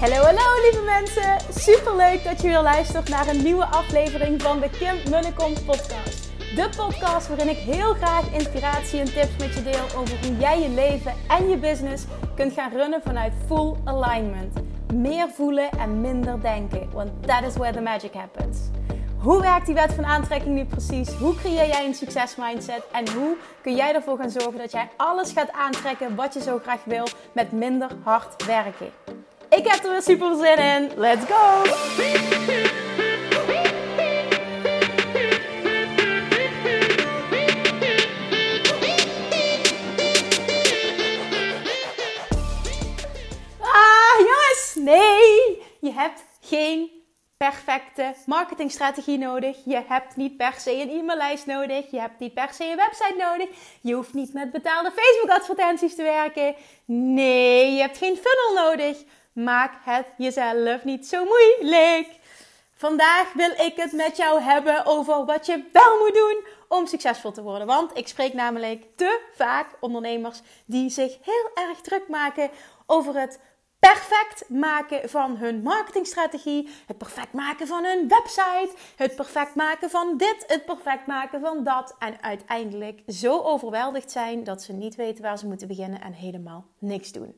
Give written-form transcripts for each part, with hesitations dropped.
Hallo, hallo lieve mensen. Superleuk dat je weer luistert naar een nieuwe aflevering van de Kim Munnekom podcast. De podcast waarin ik heel graag inspiratie en tips met je deel over hoe jij je leven en je business kunt gaan runnen vanuit full alignment. Meer voelen en minder denken, want that is where the magic happens. Hoe werkt die wet van aantrekking nu precies? Hoe creëer jij een succesmindset? En hoe kun jij ervoor gaan zorgen dat jij alles gaat aantrekken wat je zo graag wil met minder hard werken? Ik heb er weer super zin in. Let's go! Jongens! Nee! Je hebt geen perfecte marketingstrategie nodig. Je hebt niet per se een e-maillijst nodig. Je hebt niet per se een website nodig. Je hoeft niet met betaalde Facebook advertenties te werken. Nee, je hebt geen funnel nodig. Maak het jezelf niet zo moeilijk. Vandaag wil ik het met jou hebben over wat je wel moet doen om succesvol te worden. Want ik spreek namelijk te vaak ondernemers die zich heel erg druk maken over het perfect maken van hun marketingstrategie, het perfect maken van hun website, het perfect maken van dit, het perfect maken van dat. En uiteindelijk zo overweldigd zijn dat ze niet weten waar ze moeten beginnen en helemaal niks doen.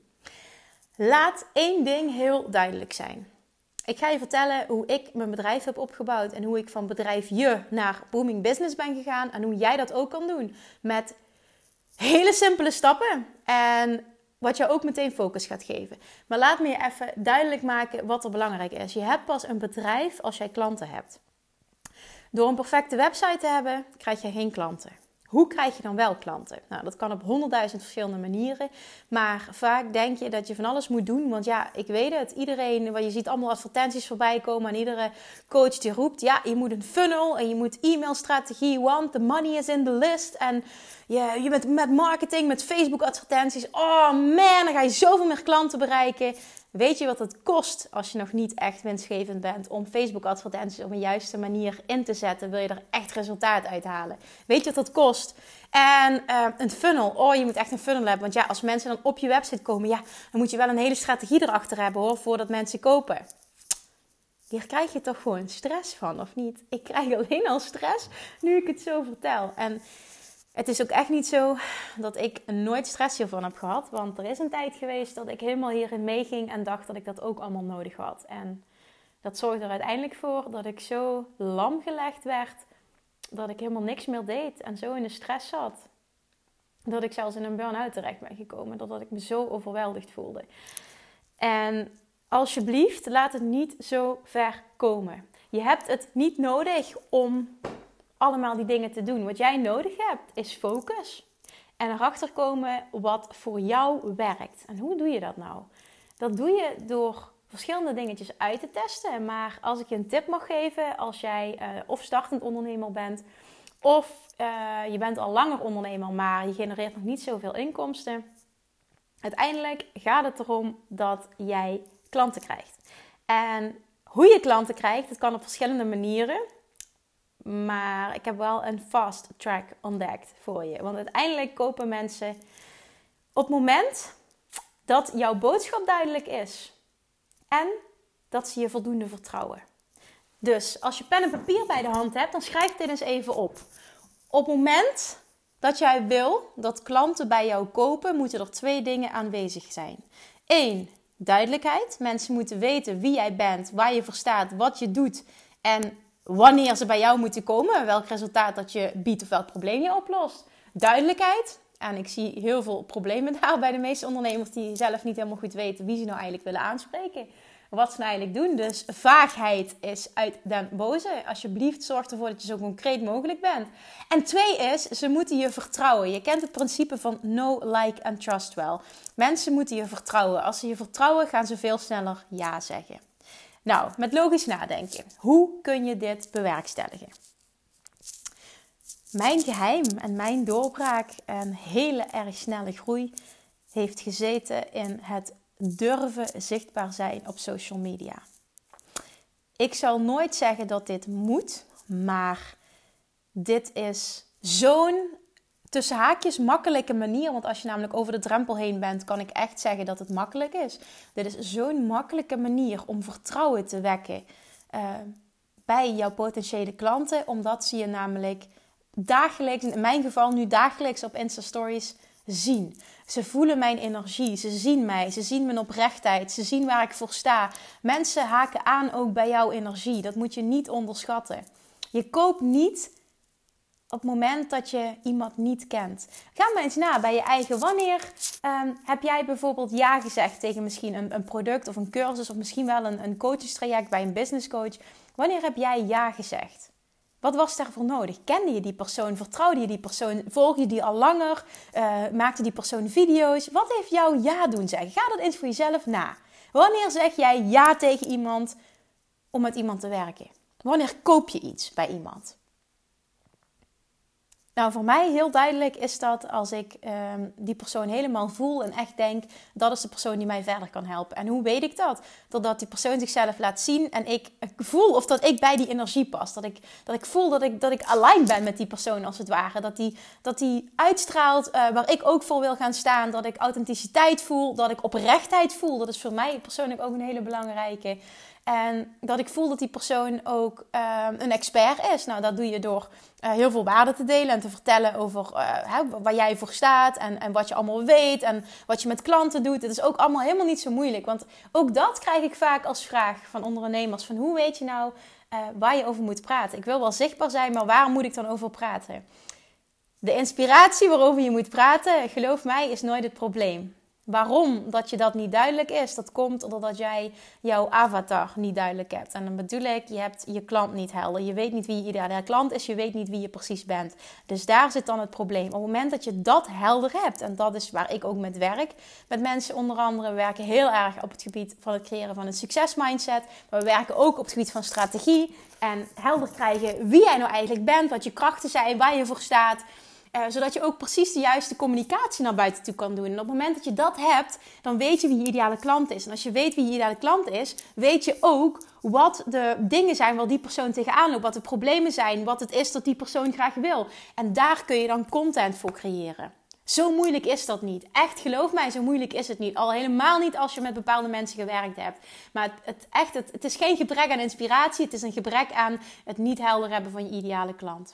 Laat één ding heel duidelijk zijn. Ik ga je vertellen hoe ik mijn bedrijf heb opgebouwd en hoe ik van bedrijfje naar booming business ben gegaan en hoe jij dat ook kan doen met hele simpele stappen en wat jou ook meteen focus gaat geven. Maar laat me je even duidelijk maken wat er belangrijk is. Je hebt pas een bedrijf als jij klanten hebt. Door een perfecte website te hebben, krijg je geen klanten. Hoe krijg je dan wel klanten? Nou, dat kan op 100.000 verschillende manieren. Maar vaak denk je dat je van alles moet doen. Want ja, ik weet het. Iedereen, je ziet allemaal advertenties voorbij komen. En iedere coach die roept, ja, je moet een funnel. En je moet e-mailstrategie, want the money is in the list. En je bent met marketing, met Facebook advertenties. Oh man, dan ga je zoveel meer klanten bereiken. Weet je wat het kost als je nog niet echt winstgevend bent om Facebook advertenties op een juiste manier in te zetten? Wil je er echt resultaat uithalen? Weet je wat dat kost? En een funnel. Oh, je moet echt een funnel hebben. Want ja, als mensen dan op je website komen, ja, dan moet je wel een hele strategie erachter hebben hoor, voordat mensen kopen. Hier krijg je toch gewoon stress van, of niet? Ik krijg alleen al stress nu ik het zo vertel. En het is ook echt niet zo dat ik nooit stress hiervan heb gehad. Want er is een tijd geweest dat ik helemaal hierin meeging en dacht dat ik dat ook allemaal nodig had. En dat zorgde er uiteindelijk voor dat ik zo lam gelegd werd dat ik helemaal niks meer deed en zo in de stress zat. Dat ik zelfs in een burn-out terecht ben gekomen, doordat ik me zo overweldigd voelde. En alsjeblieft, laat het niet zo ver komen. Je hebt het niet nodig om allemaal die dingen te doen. Wat jij nodig hebt is focus. En erachter komen wat voor jou werkt. En hoe doe je dat nou? Dat doe je door verschillende dingetjes uit te testen. Maar als ik je een tip mag geven, als jij of startend ondernemer bent, of je bent al langer ondernemer, maar je genereert nog niet zoveel inkomsten. Uiteindelijk gaat het erom dat jij klanten krijgt. En hoe je klanten krijgt, dat kan op verschillende manieren. Maar ik heb wel een fast track ontdekt voor je. Want uiteindelijk kopen mensen op het moment dat jouw boodschap duidelijk is. En dat ze je voldoende vertrouwen. Dus als je pen en papier bij de hand hebt, dan schrijf dit eens even op. Op het moment dat jij wil dat klanten bij jou kopen, moeten er 2 dingen aanwezig zijn. 1, duidelijkheid. Mensen moeten weten wie jij bent, waar je voor staat, wat je doet en wanneer ze bij jou moeten komen, welk resultaat dat je biedt of welk probleem je oplost. Duidelijkheid. En ik zie heel veel problemen daar bij de meeste ondernemers die zelf niet helemaal goed weten wie ze nou eigenlijk willen aanspreken. Wat ze nou eigenlijk doen. Dus vaagheid is uit den boze. Alsjeblieft, zorg ervoor dat je zo concreet mogelijk bent. En 2 is, ze moeten je vertrouwen. Je kent het principe van know, like en trust wel. Mensen moeten je vertrouwen. Als ze je vertrouwen, gaan ze veel sneller ja zeggen. Nou, met logisch nadenken. Hoe kun je dit bewerkstelligen? Mijn geheim en mijn doorbraak en hele erg snelle groei heeft gezeten in het durven zichtbaar zijn op social media. Ik zal nooit zeggen dat dit moet, maar dit is zo'n tussen haakjes makkelijke manier. Want als je namelijk over de drempel heen bent, kan ik echt zeggen dat het makkelijk is. Dit is zo'n makkelijke manier om vertrouwen te wekken bij jouw potentiële klanten. Omdat ze je namelijk dagelijks, in mijn geval nu dagelijks op Insta-stories zien. Ze voelen mijn energie, ze zien mij, ze zien mijn oprechtheid, ze zien waar ik voor sta. Mensen haken aan ook bij jouw energie. Dat moet je niet onderschatten. Je koopt niet op het moment dat je iemand niet kent. Ga maar eens na bij je eigen. Wanneer heb jij bijvoorbeeld ja gezegd tegen misschien een product of een cursus of misschien wel een coachingstraject bij een business coach? Wanneer heb jij ja gezegd? Wat was daarvoor nodig? Kende je die persoon? Vertrouwde je die persoon? Volg je die al langer? Maakte die persoon video's? Wat heeft jou ja doen zeggen? Ga dat eens voor jezelf na. Wanneer zeg jij ja tegen iemand om met iemand te werken? Wanneer koop je iets bij iemand? Nou, voor mij heel duidelijk is dat als ik die persoon helemaal voel en echt denk, dat is de persoon die mij verder kan helpen. En hoe weet ik dat? Doordat die persoon zichzelf laat zien en ik voel of dat ik bij die energie pas. Dat ik voel dat ik aligned ben met die persoon als het ware. Dat die uitstraalt waar ik ook voor wil gaan staan. Dat ik authenticiteit voel, dat ik oprechtheid voel. Dat is voor mij persoonlijk ook een hele belangrijke. En dat ik voel dat die persoon ook een expert is. Nou, dat doe je door heel veel waarde te delen en te vertellen over waar jij voor staat. En wat je allemaal weet en wat je met klanten doet. Het is ook allemaal helemaal niet zo moeilijk. Want ook dat krijg ik vaak als vraag van ondernemers. Van hoe weet je nou waar je over moet praten? Ik wil wel zichtbaar zijn, maar waar moet ik dan over praten? De inspiratie waarover je moet praten, geloof mij, is nooit het probleem. Waarom dat je dat niet duidelijk is? Dat komt doordat jij jouw avatar niet duidelijk hebt. En dan bedoel ik, je hebt je klant niet helder. Je weet niet wie je ideale klant is. Je weet niet wie je precies bent. Dus daar zit dan het probleem. Op het moment dat je dat helder hebt. En dat is waar ik ook met werk. Met mensen onder andere. We werken heel erg op het gebied van het creëren van een succesmindset. Maar we werken ook op het gebied van strategie. En helder krijgen wie jij nou eigenlijk bent. Wat je krachten zijn. Waar je voor staat. Zodat je ook precies de juiste communicatie naar buiten toe kan doen. En op het moment dat je dat hebt, dan weet je wie je ideale klant is. En als je weet wie je ideale klant is, weet je ook wat de dingen zijn waar die persoon tegenaan loopt. Wat de problemen zijn, wat het is dat die persoon graag wil. En daar kun je dan content voor creëren. Zo moeilijk is dat niet. Echt, geloof mij, zo moeilijk is het niet. Al helemaal niet als je met bepaalde mensen gewerkt hebt. Maar het is geen gebrek aan inspiratie. Het is een gebrek aan het niet helder hebben van je ideale klant.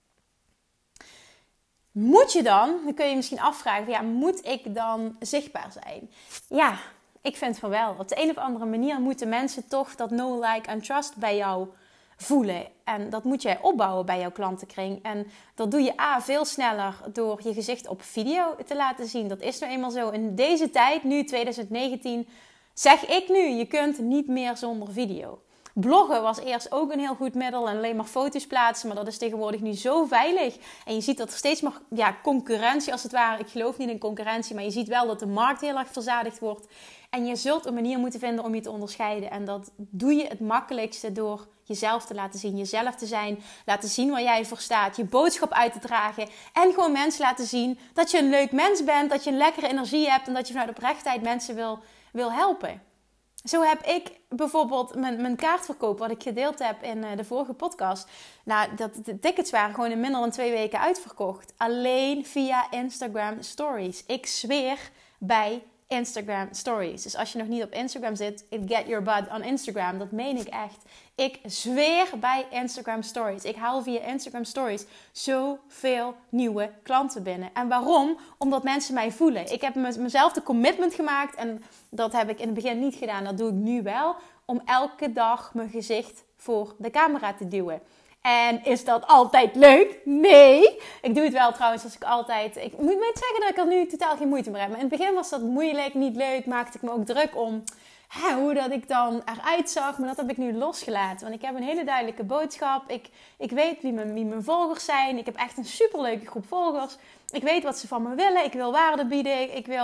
Moet je dan kun je je misschien afvragen, moet ik dan zichtbaar zijn? Ja, ik vind van wel. Op de een of andere manier moeten mensen toch dat know, like en trust bij jou voelen. En dat moet jij opbouwen bij jouw klantenkring. En dat doe je veel sneller door je gezicht op video te laten zien. Dat is nou eenmaal zo. In deze tijd, nu 2019, zeg ik nu, je kunt niet meer zonder video. Bloggen was eerst ook een heel goed middel en alleen maar foto's plaatsen, maar dat is tegenwoordig nu zo veilig. En je ziet dat er steeds meer concurrentie als het ware. Ik geloof niet in concurrentie, maar je ziet wel dat de markt heel erg verzadigd wordt. En je zult een manier moeten vinden om je te onderscheiden. En dat doe je het makkelijkste door jezelf te laten zien, jezelf te zijn, laten zien waar jij voor staat, je boodschap uit te dragen en gewoon mensen laten zien dat je een leuk mens bent, dat je een lekkere energie hebt en dat je vanuit oprechtheid mensen wil helpen. Zo heb ik bijvoorbeeld mijn kaartverkoop, wat ik gedeeld heb in de vorige podcast. Nou, de tickets waren gewoon in minder dan 2 weken uitverkocht. Alleen via Instagram Stories. Ik zweer bij Instagram Stories. Dus als je nog niet op Instagram zit, get your butt on Instagram. Dat meen ik echt. Ik zweer bij Instagram Stories. Ik haal via Instagram Stories zoveel nieuwe klanten binnen. En waarom? Omdat mensen mij voelen. Ik heb mezelf de commitment gemaakt. En dat heb ik in het begin niet gedaan. Dat doe ik nu wel. Om elke dag mijn gezicht voor de camera te duwen. En is dat altijd leuk? Nee. Ik doe het wel trouwens als ik altijd... Ik moet niet zeggen dat ik er nu totaal geen moeite meer heb. Maar in het begin was dat moeilijk, niet leuk. Maakte ik me ook druk om hoe dat ik dan eruit zag. Maar dat heb ik nu losgelaten. Want ik heb een hele duidelijke boodschap. Ik weet wie mijn volgers zijn. Ik heb echt een superleuke groep volgers. Ik weet wat ze van me willen. Ik wil waarde bieden. Ik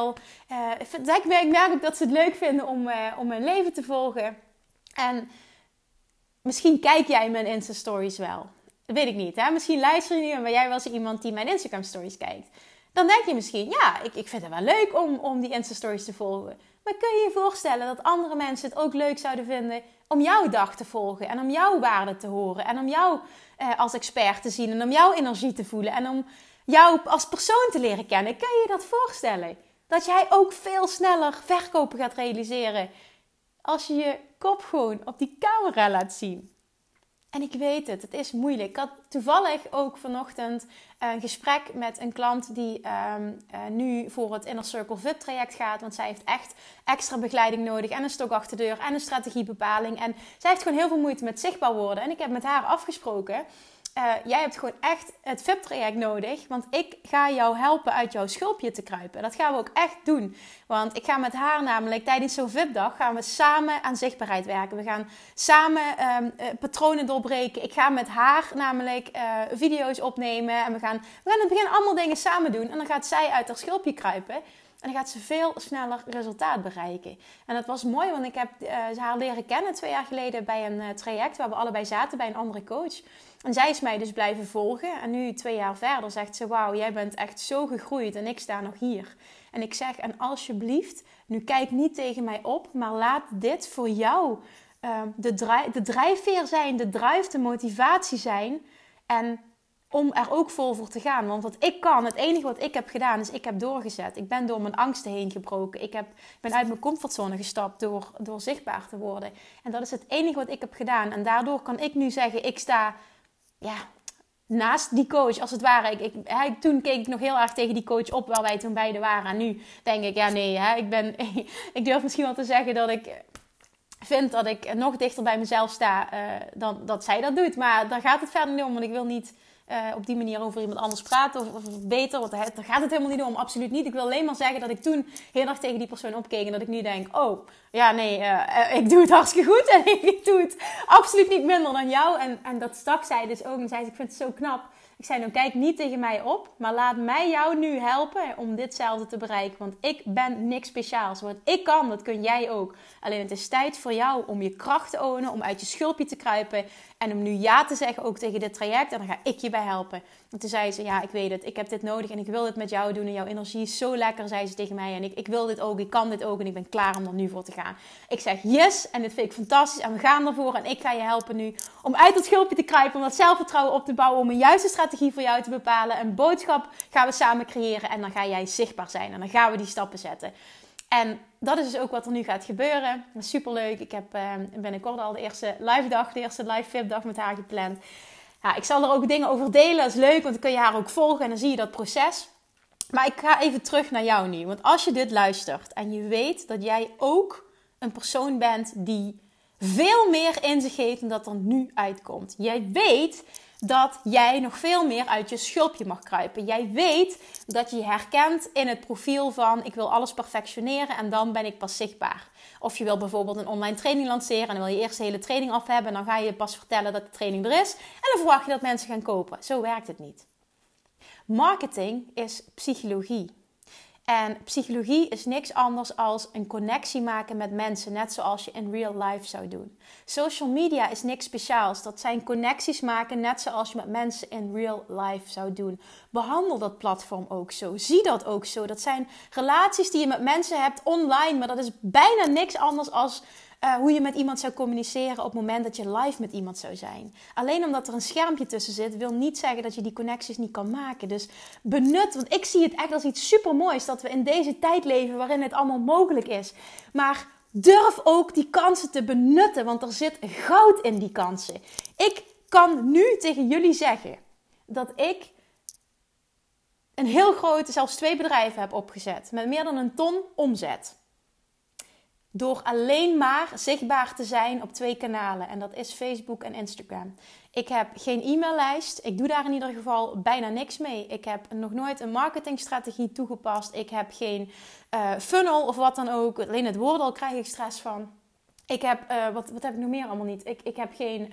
merk ook dat ze het leuk vinden om mijn leven te volgen. En... misschien kijk jij mijn Insta-stories wel. Dat weet ik niet. Hè? Misschien luister je nu en ben jij wel eens iemand die mijn Instagram-stories kijkt. Dan denk je misschien, ja, ik vind het wel leuk om die Insta-stories te volgen. Maar kun je je voorstellen dat andere mensen het ook leuk zouden vinden om jouw dag te volgen en om jouw waarde te horen en om jou als expert te zien en om jouw energie te voelen en om jou als persoon te leren kennen. Kan je je dat voorstellen? Dat jij ook veel sneller verkopen gaat realiseren als je je kop gewoon op die camera laat zien. En ik weet het is moeilijk. Ik had toevallig ook vanochtend een gesprek met een klant die nu voor het Inner Circle VIP traject gaat. Want zij heeft echt extra begeleiding nodig en een stok achter de deur en een strategiebepaling. En zij heeft gewoon heel veel moeite met zichtbaar worden. En ik heb met haar afgesproken, jij hebt gewoon echt het VIP-traject nodig. Want ik ga jou helpen uit jouw schulpje te kruipen. Dat gaan we ook echt doen. Want ik ga met haar namelijk tijdens zo'n VIP-dag gaan we samen aan zichtbaarheid werken. We gaan samen patronen doorbreken. Ik ga met haar namelijk video's opnemen. En we gaan in het begin allemaal dingen samen doen. En dan gaat zij uit haar schulpje kruipen. En dan gaat ze veel sneller resultaat bereiken. En dat was mooi, want ik heb haar leren kennen 2 jaar geleden bij een traject waar we allebei zaten bij een andere coach. En zij is mij dus blijven volgen. En nu 2 jaar verder zegt ze, wauw, jij bent echt zo gegroeid en ik sta nog hier. En ik zeg, en alsjeblieft, nu kijk niet tegen mij op, maar laat dit voor jou de drijfveer zijn, de drive, de motivatie zijn. En om er ook vol voor te gaan. Want wat ik kan, het enige wat ik heb gedaan, is ik heb doorgezet. Ik ben door mijn angsten heen gebroken. Ik ben uit mijn comfortzone gestapt door zichtbaar te worden. En dat is het enige wat ik heb gedaan. En daardoor kan ik nu zeggen, ik sta naast die coach, als het ware. Toen keek ik nog heel erg tegen die coach op waar wij toen beiden waren. En nu denk ik, ik durf misschien wel te zeggen dat ik vind dat ik nog dichter bij mezelf sta dan dat zij dat doet. Maar daar gaat het verder niet om, want ik wil niet op die manier over iemand anders praten of beter. Want daar gaat het helemaal niet om, absoluut niet. Ik wil alleen maar zeggen dat ik toen heel erg tegen die persoon opkeek en dat ik nu denk, ik doe het hartstikke goed en ik doe het absoluut niet minder dan jou. En dat stak zij dus ook en zei ze, ik vind het zo knap. Ik zei, nou kijk niet tegen mij op, maar laat mij jou nu helpen om ditzelfde te bereiken. Want ik ben niks speciaals. Wat ik kan, dat kun jij ook. Alleen het is tijd voor jou om je kracht te ownen, om uit je schulpje te kruipen. En om nu ja te zeggen ook tegen dit traject. En dan ga ik je bij helpen. En toen zei ze, ja, ik weet het. Ik heb dit nodig en ik wil dit met jou doen. En jouw energie is zo lekker, zei ze tegen mij. En ik wil dit ook, ik kan dit ook. En ik ben klaar om er nu voor te gaan. Ik zeg yes, en dit vind ik fantastisch. En we gaan ervoor. En ik ga je helpen nu om uit dat schulpje te kruipen. Om dat zelfvertrouwen op te bouwen. Om een juiste strategie voor jou te bepalen. Een boodschap gaan we samen creëren. En dan ga jij zichtbaar zijn. En dan gaan we die stappen zetten. En dat is dus ook wat er nu gaat gebeuren. Superleuk. Ik heb binnenkort al de eerste live dag, de eerste live VIP dag met haar gepland. Ja, ik zal er ook dingen over delen. Dat is leuk, want dan kun je haar ook volgen en dan zie je dat proces. Maar ik ga even terug naar jou nu. Want als je dit luistert en je weet dat jij ook een persoon bent die veel meer in zich heeft dan dat er nu uitkomt. Jij weet dat jij nog veel meer uit je schulpje mag kruipen. Jij weet dat je je herkent in het profiel van ik wil alles perfectioneren en dan ben ik pas zichtbaar. Of je wil bijvoorbeeld een online training lanceren en dan wil je eerst de hele training af hebben en dan ga je pas vertellen dat de training er is en dan verwacht je dat mensen gaan kopen. Zo werkt het niet. Marketing is psychologie. En psychologie is niks anders als een connectie maken met mensen, net zoals je in real life zou doen. Social media is niks speciaals. Dat zijn connecties maken, net zoals je met mensen in real life zou doen. Behandel dat platform ook zo. Zie dat ook zo. Dat zijn relaties die je met mensen hebt online, maar dat is bijna niks anders als hoe je met iemand zou communiceren op het moment dat je live met iemand zou zijn. Alleen omdat er een schermpje tussen zit, wil niet zeggen dat je die connecties niet kan maken. Dus benut, want ik zie het echt als iets supermoois dat we in deze tijd leven waarin het allemaal mogelijk is. Maar durf ook die kansen te benutten, want er zit goud in die kansen. Ik kan nu tegen jullie zeggen dat ik een heel groot, zelfs 2 bedrijven heb opgezet met meer dan 1 ton omzet. Door alleen maar zichtbaar te zijn op 2 kanalen. En dat is Facebook en Instagram. Ik heb geen e-maillijst. Ik doe daar in ieder geval bijna niks mee. Ik heb nog nooit een marketingstrategie toegepast. Ik heb geen funnel of wat dan ook. Alleen het woord al krijg ik stress van. Ik heb, wat heb ik nog meer allemaal niet? Ik heb geen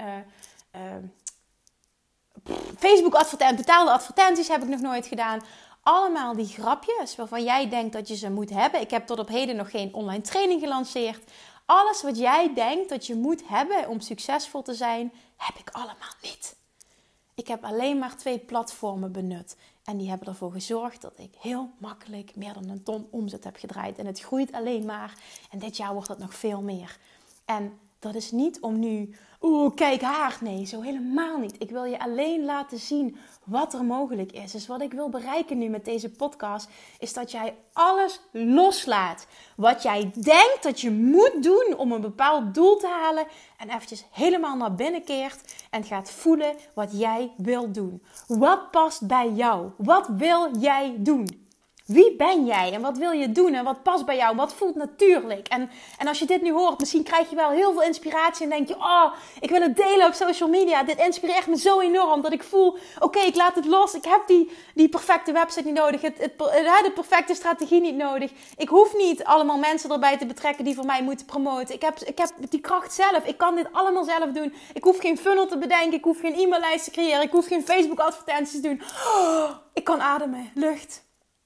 Facebook advertenties, betaalde advertenties heb ik nog nooit gedaan. Allemaal die grapjes waarvan jij denkt dat je ze moet hebben. Ik heb tot op heden nog geen online training gelanceerd. Alles wat jij denkt dat je moet hebben om succesvol te zijn, heb ik allemaal niet. Ik heb alleen maar 2 platformen benut. En die hebben ervoor gezorgd dat ik heel makkelijk meer dan 1 ton omzet heb gedraaid. En het groeit alleen maar. En dit jaar wordt het nog veel meer. En dat is niet om nu kijk haar. Nee, zo helemaal niet. Ik wil je alleen laten zien wat er mogelijk is. Dus wat ik wil bereiken nu met deze podcast, is dat jij alles loslaat. Wat jij denkt dat je moet doen om een bepaald doel te halen. En eventjes helemaal naar binnen keert en gaat voelen wat jij wil doen. Wat past bij jou? Wat wil jij doen? Wie ben jij en wat wil je doen en wat past bij jou? Wat voelt natuurlijk? En als je dit nu hoort, misschien krijg je wel heel veel inspiratie en denk je, ik wil het delen op social media. Dit inspireert me zo enorm dat ik voel, ik laat het los. Ik heb die perfecte website niet nodig, de perfecte strategie niet nodig. Ik hoef niet allemaal mensen erbij te betrekken die voor mij moeten promoten. Ik heb die kracht zelf. Ik kan dit allemaal zelf doen. Ik hoef geen funnel te bedenken. Ik hoef geen e-maillijst te creëren. Ik hoef geen Facebook advertenties te doen. Ik kan ademen, lucht.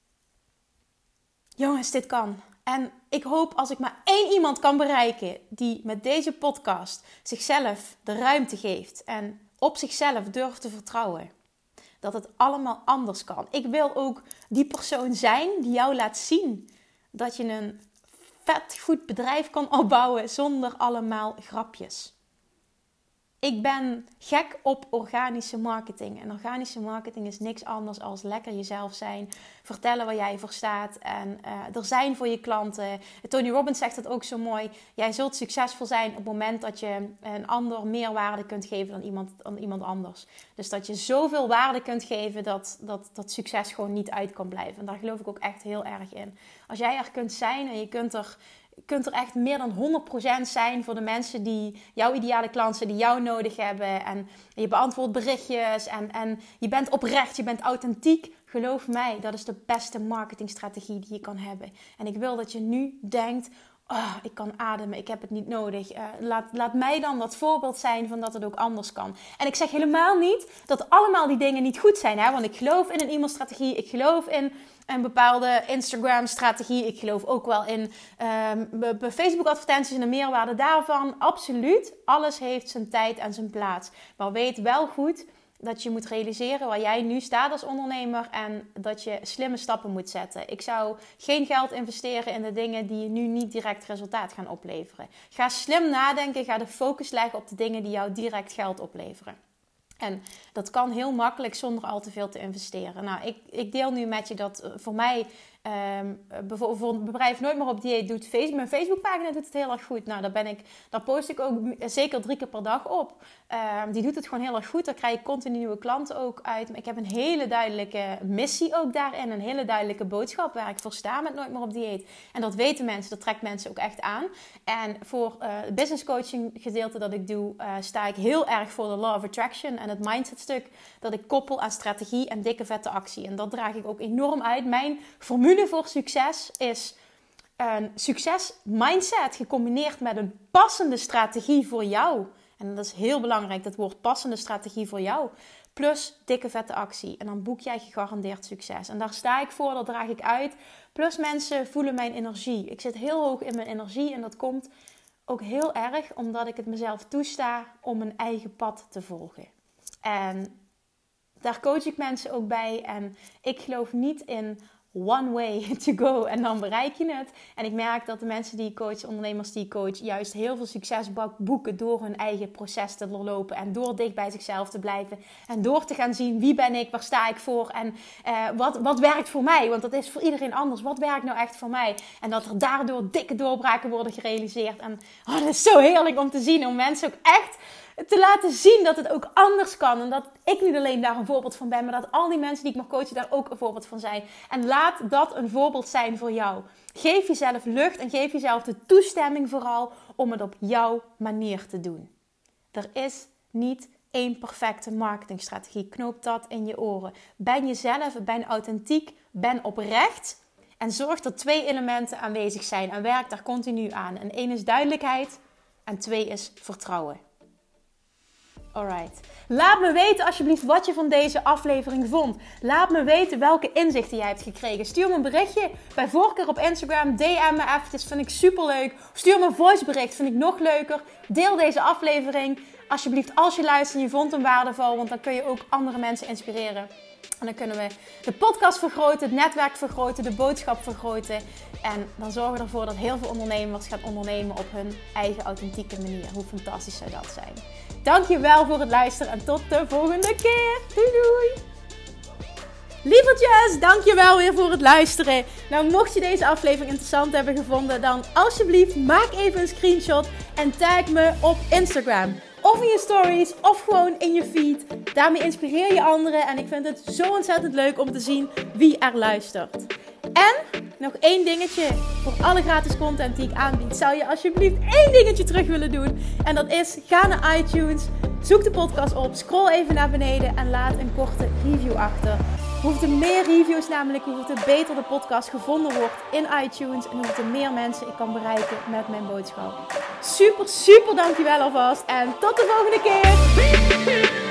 Jongens, dit kan. En ik hoop als ik maar 1 iemand kan bereiken die met deze podcast zichzelf de ruimte geeft en op zichzelf durft te vertrouwen, dat het allemaal anders kan. Ik wil ook die persoon zijn die jou laat zien dat je een vet goed bedrijf kan opbouwen zonder allemaal grapjes. Ik ben gek op organische marketing. En organische marketing is niks anders dan lekker jezelf zijn. Vertellen waar jij voor staat. En er zijn voor je klanten. Tony Robbins zegt het ook zo mooi. Jij zult succesvol zijn op het moment dat je een ander meer waarde kunt geven dan iemand anders. Dus dat je zoveel waarde kunt geven dat succes gewoon niet uit kan blijven. En daar geloof ik ook echt heel erg in. Als jij er kunt zijn en je kunt er echt meer dan 100% zijn voor de mensen die jouw ideale klanten, die jou nodig hebben. En je beantwoordt berichtjes en je bent oprecht, je bent authentiek. Geloof mij, dat is de beste marketingstrategie die je kan hebben. En ik wil dat je nu denkt, ik kan ademen, ik heb het niet nodig. Laat mij dan dat voorbeeld zijn van dat het ook anders kan. En ik zeg helemaal niet dat allemaal die dingen niet goed zijn. Hè? Want ik geloof in een e-mailstrategie, ik geloof in een bepaalde Instagram-strategie. Ik geloof ook wel in Facebook-advertenties en de meerwaarde daarvan. Absoluut, alles heeft zijn tijd en zijn plaats. Maar weet wel goed dat je moet realiseren waar jij nu staat als ondernemer en dat je slimme stappen moet zetten. Ik zou geen geld investeren in de dingen die je nu niet direct resultaat gaan opleveren. Ga slim nadenken, ga de focus leggen op de dingen die jou direct geld opleveren. En dat kan heel makkelijk zonder al te veel te investeren. Nou, ik deel nu met je dat voor mij bijvoorbeeld voor een bedrijf Nooit meer op dieet doet mijn Facebookpagina doet het heel erg goed. Nou, daar post ik ook zeker 3 keer per dag op. Die doet het gewoon heel erg goed. Daar krijg ik continu nieuwe klanten ook uit. Maar ik heb een hele duidelijke missie ook daarin. Een hele duidelijke boodschap waar ik voor sta met Nooit meer op dieet. En dat weten mensen, dat trekt mensen ook echt aan. En voor het business coaching gedeelte dat ik doe, sta ik heel erg voor de law of attraction en het mindset stuk dat ik koppel aan strategie en dikke vette actie. En dat draag ik ook enorm uit. Mijn formule voor succes is een succes mindset gecombineerd met een passende strategie voor jou. En dat is heel belangrijk, dat woord passende strategie voor jou. Plus dikke vette actie. En dan boek jij gegarandeerd succes. En daar sta ik voor, dat draag ik uit. Plus mensen voelen mijn energie. Ik zit heel hoog in mijn energie en dat komt ook heel erg omdat ik het mezelf toesta om mijn eigen pad te volgen. En daar coach ik mensen ook bij. En ik geloof niet in one way to go en dan bereik je het. En ik merk dat de mensen die ik coach, ondernemers die ik coach, juist heel veel succes boeken door hun eigen proces te doorlopen en door dicht bij zichzelf te blijven en door te gaan zien wie ben ik, waar sta ik voor en wat werkt voor mij, want dat is voor iedereen anders. Wat werkt nou echt voor mij? En dat er daardoor dikke doorbraken worden gerealiseerd. En dat is zo heerlijk om te zien, om mensen ook echt te laten zien dat het ook anders kan. En dat ik niet alleen daar een voorbeeld van ben, maar dat al die mensen die ik mag coachen daar ook een voorbeeld van zijn. En laat dat een voorbeeld zijn voor jou. Geef jezelf lucht en geef jezelf de toestemming vooral om het op jouw manier te doen. Er is niet één perfecte marketingstrategie. Knoop dat in je oren. Ben jezelf, ben authentiek, ben oprecht. En zorg dat 2 elementen aanwezig zijn. En werk daar continu aan. En 1 is duidelijkheid en 2 is vertrouwen. Alright. Laat me weten alsjeblieft wat je van deze aflevering vond. Laat me weten welke inzichten jij hebt gekregen. Stuur me een berichtje, bij voorkeur op Instagram. DM me eventjes, vind ik superleuk. Stuur me een voicebericht, vind ik nog leuker. Deel deze aflevering alsjeblieft als je luistert en je vond hem waardevol. Want dan kun je ook andere mensen inspireren. En dan kunnen we de podcast vergroten, het netwerk vergroten, de boodschap vergroten. En dan zorgen we ervoor dat heel veel ondernemers gaan ondernemen op hun eigen authentieke manier. Hoe fantastisch zou dat zijn? Dankjewel voor het luisteren en tot de volgende keer. Doei doei! Lievertjes, dankjewel weer voor het luisteren. Nou, mocht je deze aflevering interessant hebben gevonden, dan alsjeblieft maak even een screenshot en tag me op Instagram. Of in je stories, of gewoon in je feed. Daarmee inspireer je anderen en ik vind het zo ontzettend leuk om te zien wie er luistert. En nog één dingetje, voor alle gratis content die ik aanbied, zou je alsjeblieft één dingetje terug willen doen. En dat is, ga naar iTunes, zoek de podcast op, scroll even naar beneden en laat een korte review achter. Hoe er meer reviews namelijk, hoe beter de podcast gevonden wordt in iTunes en hoe meer mensen ik kan bereiken met mijn boodschap. Super, super dankjewel alvast en tot de volgende keer!